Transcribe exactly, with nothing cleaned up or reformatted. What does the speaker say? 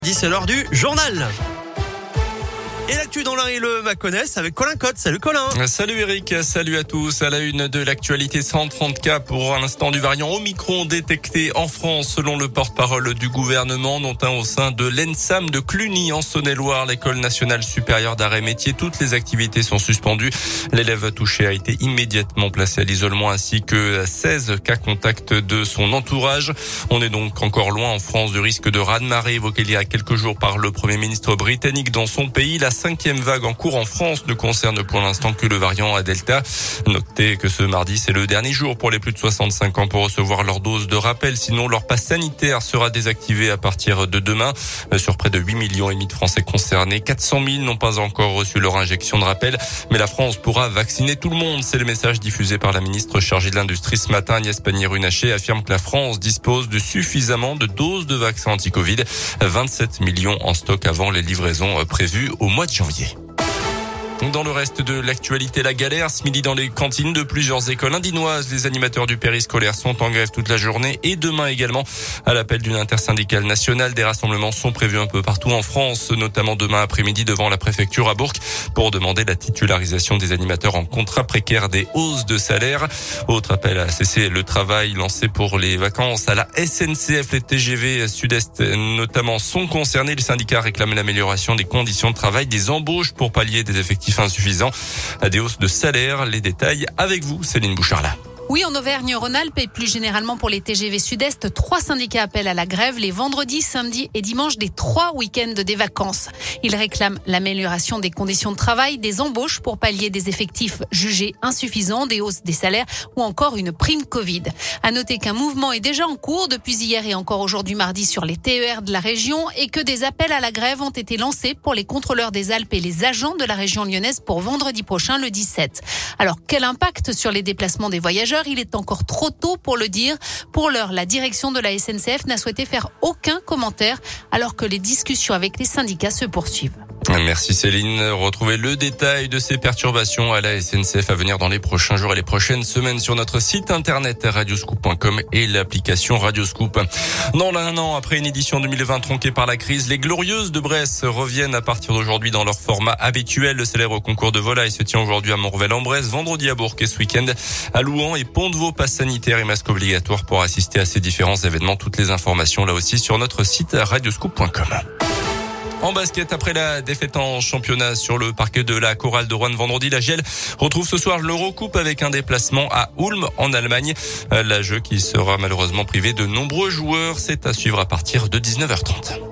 C'est l'heure du journal. Et l'actu dans l'un et le Mâconnais avec Colin Cotte. Salut Colin. Salut Eric, salut à tous. À la une de l'actualité, cent trente cas pour l'instant du variant Omicron détecté en France selon le porte-parole du gouvernement, dont un au sein de l'ENSAM de Cluny en Saône-et-Loire, l'école nationale supérieure d'art et métier. Toutes les activités sont suspendues. L'élève touché a été immédiatement placé à l'isolement ainsi que seize cas contacts de son entourage. On est donc encore loin en France du risque de raz-de-marée évoqué il y a quelques jours par le Premier ministre britannique dans son pays. La cinquième vague en cours en France ne concerne pour l'instant que le variant à Delta. Notez que ce mardi, c'est le dernier jour pour les plus de soixante-cinq ans pour recevoir leur dose de rappel. Sinon, leur passe sanitaire sera désactivé à partir de demain. Sur près de huit millions et demi de Français concernés, quatre cent mille n'ont pas encore reçu leur injection de rappel. Mais la France pourra vacciner tout le monde. C'est le message diffusé par la ministre chargée de l'Industrie ce matin. Agnès Pannier-Runacher affirme que la France dispose de suffisamment de doses de vaccins anti-Covid. vingt-sept millions en stock avant les livraisons prévues au mois de janvier. Dans le reste de l'actualité, la galère ce midi dans les cantines de plusieurs écoles indinoises. Les animateurs du périscolaire sont en grève toute la journée et demain également. À l'appel d'une intersyndicale nationale, des rassemblements sont prévus un peu partout en France, notamment demain après-midi devant la préfecture à Bourg pour demander la titularisation des animateurs en contrat précaire, des hausses de salaire. Autre appel à cesser le travail lancé pour les vacances à la S N C F. Les T G V Sud-Est notamment sont concernés. Les syndicats réclament l'amélioration des conditions de travail, des embauches pour pallier des effectifs insuffisant à des hausses de salaire. Les détails avec vous, Céline Bouchard-là. Oui, en Auvergne-Rhône-Alpes et plus généralement pour les T G V Sud-Est, trois syndicats appellent à la grève les vendredis, samedis et dimanches des trois week-ends des vacances. Ils réclament l'amélioration des conditions de travail, des embauches pour pallier des effectifs jugés insuffisants, des hausses des salaires ou encore une prime Covid. À noter qu'un mouvement est déjà en cours depuis hier et encore aujourd'hui mardi sur les T E R de la région et que des appels à la grève ont été lancés pour les contrôleurs des Alpes et les agents de la région lyonnaise pour vendredi prochain, le dix-sept. Alors, quel impact sur les déplacements des voyageurs ? Il est encore trop tôt pour le dire. Pour l'heure, la direction de la S N C F n'a souhaité faire aucun commentaire alors que les discussions avec les syndicats se poursuivent. Merci Céline. Retrouvez le détail de ces perturbations à la S N C F à venir dans les prochains jours et les prochaines semaines sur notre site internet radioscoop point com et l'application Radioscoop. Dans un an, après une édition deux mille vingt tronquée par la crise, les Glorieuses de Bresse reviennent à partir d'aujourd'hui dans leur format habituel. Le célèbre concours de volaille se tient aujourd'hui à Morvel-en-Bresse, vendredi à Bourg et ce week-end à Louan et Pont-de-Vaux. Pass sanitaire et masque obligatoire pour assister à ces différents événements. Toutes les informations là aussi sur notre site radioscoop point com. En basket, après la défaite en championnat sur le parquet de la Chorale de Rouen vendredi, la G L retrouve ce soir l'Eurocoupe avec un déplacement à Ulm en Allemagne. La G E qui sera malheureusement privée de nombreux joueurs. C'est à suivre à partir de dix-neuf heures trente.